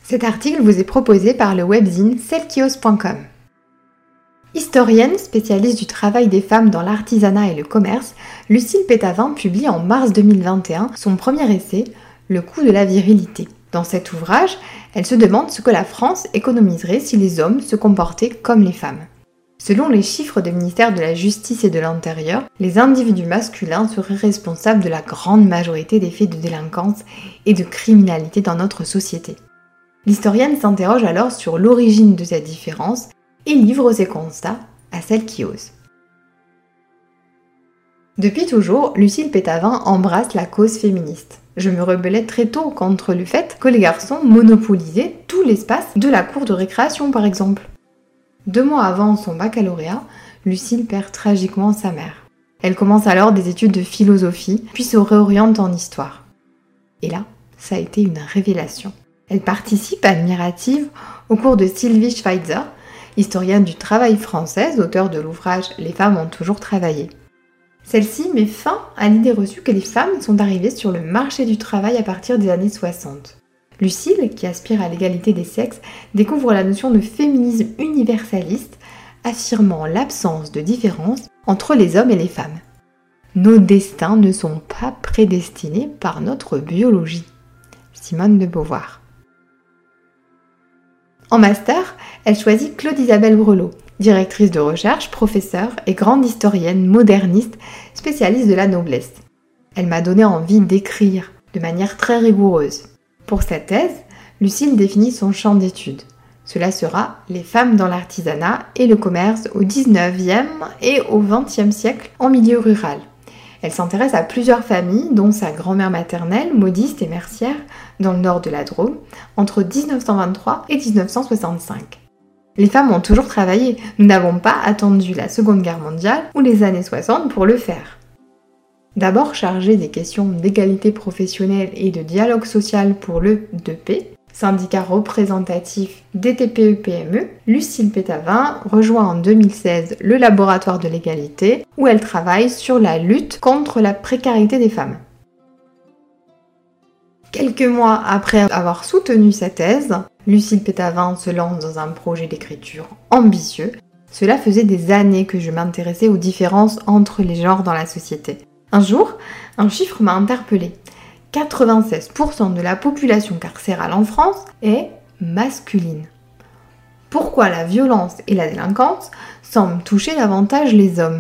Cet article vous est proposé par le webzine selkios.com. Historienne, spécialiste du travail des femmes dans l'artisanat et le commerce, Lucille Pétavin publie en mars 2021 son premier essai, Le coût de la virilité. Dans cet ouvrage, elle se demande ce que la France économiserait si les hommes se comportaient comme les femmes. Selon les chiffres du ministère de la Justice et de l'Intérieur, les individus masculins seraient responsables de la grande majorité des faits de délinquance et de criminalité dans notre société. L'historienne s'interroge alors sur l'origine de cette différence et livre ses constats à celle qui ose. Depuis toujours, Lucille Pétavin embrasse la cause féministe. Je me rebellais très tôt contre le fait que les garçons monopolisaient tout l'espace de la cour de récréation par exemple. 2 mois avant son baccalauréat, Lucille perd tragiquement sa mère. Elle commence alors des études de philosophie, puis se réoriente en histoire. Et là, ça a été une révélation. Elle participe, admirative, au cours de Sylvie Schweitzer, historienne du travail française, auteure de l'ouvrage « Les femmes ont toujours travaillé ». Celle-ci met fin à l'idée reçue que les femmes sont arrivées sur le marché du travail à partir des années 60. Lucille, qui aspire à l'égalité des sexes, découvre la notion de féminisme universaliste, affirmant l'absence de différence entre les hommes et les femmes. Nos destins ne sont pas prédestinés par notre biologie. Simone de Beauvoir. En master, elle choisit Claude-Isabelle Brelot, directrice de recherche, professeure et grande historienne moderniste spécialiste de la noblesse. Elle m'a donné envie d'écrire de manière très rigoureuse. Pour sa thèse, Lucille définit son champ d'études. Cela sera les femmes dans l'artisanat et le commerce au 19e et au 20e siècle en milieu rural. Elle s'intéresse à plusieurs familles, dont sa grand-mère maternelle, modiste et mercière, dans le nord de la Drôme, entre 1923 et 1965. Les femmes ont toujours travaillé, nous n'avons pas attendu la Seconde Guerre mondiale ou les années 60 pour le faire. D'abord chargée des questions d'égalité professionnelle et de dialogue social pour le 2P, syndicat représentatif des TPE-PME, Lucille Pétavin rejoint en 2016 le laboratoire de l'égalité où elle travaille sur la lutte contre la précarité des femmes. Quelques mois après avoir soutenu sa thèse, Lucille Pétavin se lance dans un projet d'écriture ambitieux. Cela faisait des années que je m'intéressais aux différences entre les genres dans la société. Un jour, un chiffre m'a interpellée. 96% de la population carcérale en France est masculine. Pourquoi la violence et la délinquance semblent toucher davantage les hommes ?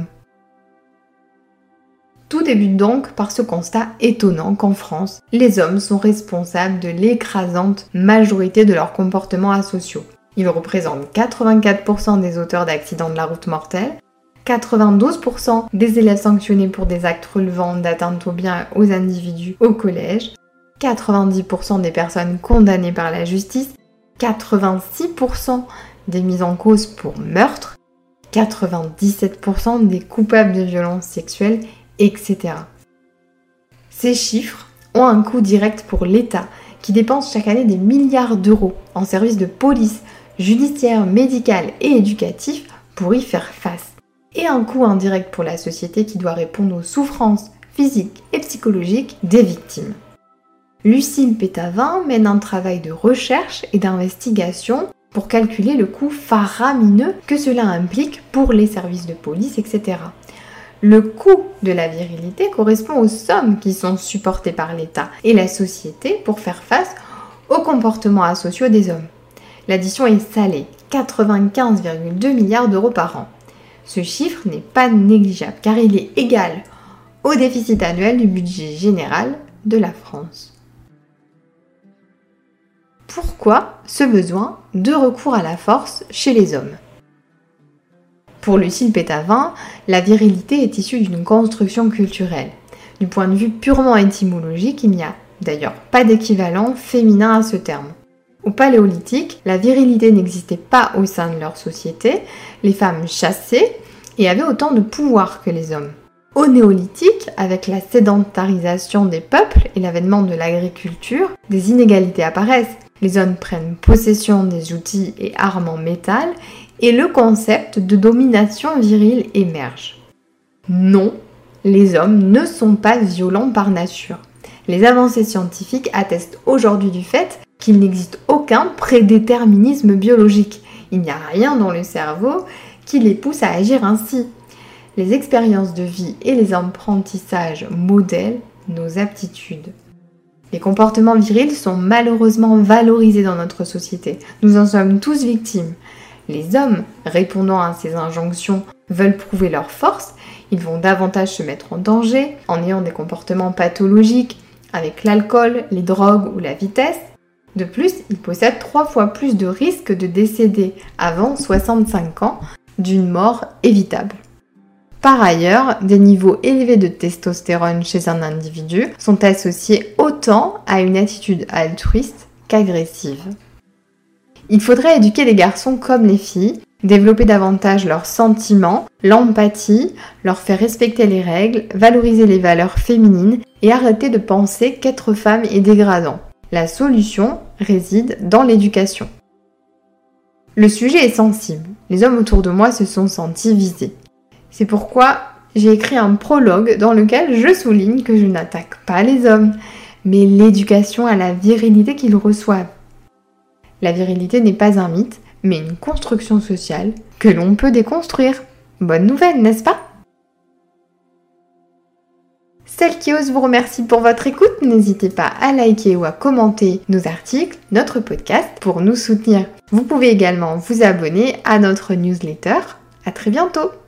Tout débute donc par ce constat étonnant qu'en France, les hommes sont responsables de l'écrasante majorité de leurs comportements asociaux. Ils représentent 84% des auteurs d'accidents de la route mortels, 92% des élèves sanctionnés pour des actes relevant d'atteinte aux biens et aux individus au collège, 90% des personnes condamnées par la justice, 86% des mises en cause pour meurtre, 97% des coupables de violences sexuelles, etc. Ces chiffres ont un coût direct pour l'État qui dépense chaque année des milliards d'euros en services de police, judiciaire, médical et éducatif pour y faire face. Et un coût indirect pour la société qui doit répondre aux souffrances physiques et psychologiques des victimes. Lucille Pétavin mène un travail de recherche et d'investigation pour calculer le coût faramineux que cela implique pour les services de police, etc. Le coût de la virilité correspond aux sommes qui sont supportées par l'État et la société pour faire face aux comportements asociaux des hommes. L'addition est salée, 95,2 milliards d'euros par an. Ce chiffre n'est pas négligeable car il est égal au déficit annuel du budget général de la France. Pourquoi ce besoin de recours à la force chez les hommes ? Pour Lucille Pétavin, la virilité est issue d'une construction culturelle. Du point de vue purement étymologique, il n'y a d'ailleurs pas d'équivalent féminin à ce terme. Au Paléolithique, la virilité n'existait pas au sein de leur société, les femmes chassaient et avaient autant de pouvoir que les hommes. Au Néolithique, avec la sédentarisation des peuples et l'avènement de l'agriculture, des inégalités apparaissent. Les hommes prennent possession des outils et armes en métal et le concept de domination virile émerge. Non, les hommes ne sont pas violents par nature. Les avancées scientifiques attestent aujourd'hui du fait qu'il n'existe aucun prédéterminisme biologique. Il n'y a rien dans le cerveau qui les pousse à agir ainsi. Les expériences de vie et les apprentissages modèlent nos aptitudes. Les comportements virils sont malheureusement valorisés dans notre société. Nous en sommes tous victimes. Les hommes, répondant à ces injonctions, veulent prouver leur force. Ils vont davantage se mettre en danger en ayant des comportements pathologiques avec l'alcool, les drogues ou la vitesse. De plus, ils possèdent 3 fois plus de risques de décéder avant 65 ans d'une mort évitable. Par ailleurs, des niveaux élevés de testostérone chez un individu sont associés autant à une attitude altruiste qu'agressive. Il faudrait éduquer les garçons comme les filles, développer davantage leurs sentiments, l'empathie, leur faire respecter les règles, valoriser les valeurs féminines et arrêter de penser qu'être femme est dégradant. La solution réside dans l'éducation. Le sujet est sensible. Les hommes autour de moi se sont sentis visés. C'est pourquoi j'ai écrit un prologue dans lequel je souligne que je n'attaque pas les hommes, mais l'éducation à la virilité qu'ils reçoivent. La virilité n'est pas un mythe, mais une construction sociale que l'on peut déconstruire. Bonne nouvelle, n'est-ce pas ? Celle qui ose vous remercie pour votre écoute. N'hésitez pas à liker ou à commenter nos articles, notre podcast pour nous soutenir. Vous pouvez également vous abonner à notre newsletter. À très bientôt!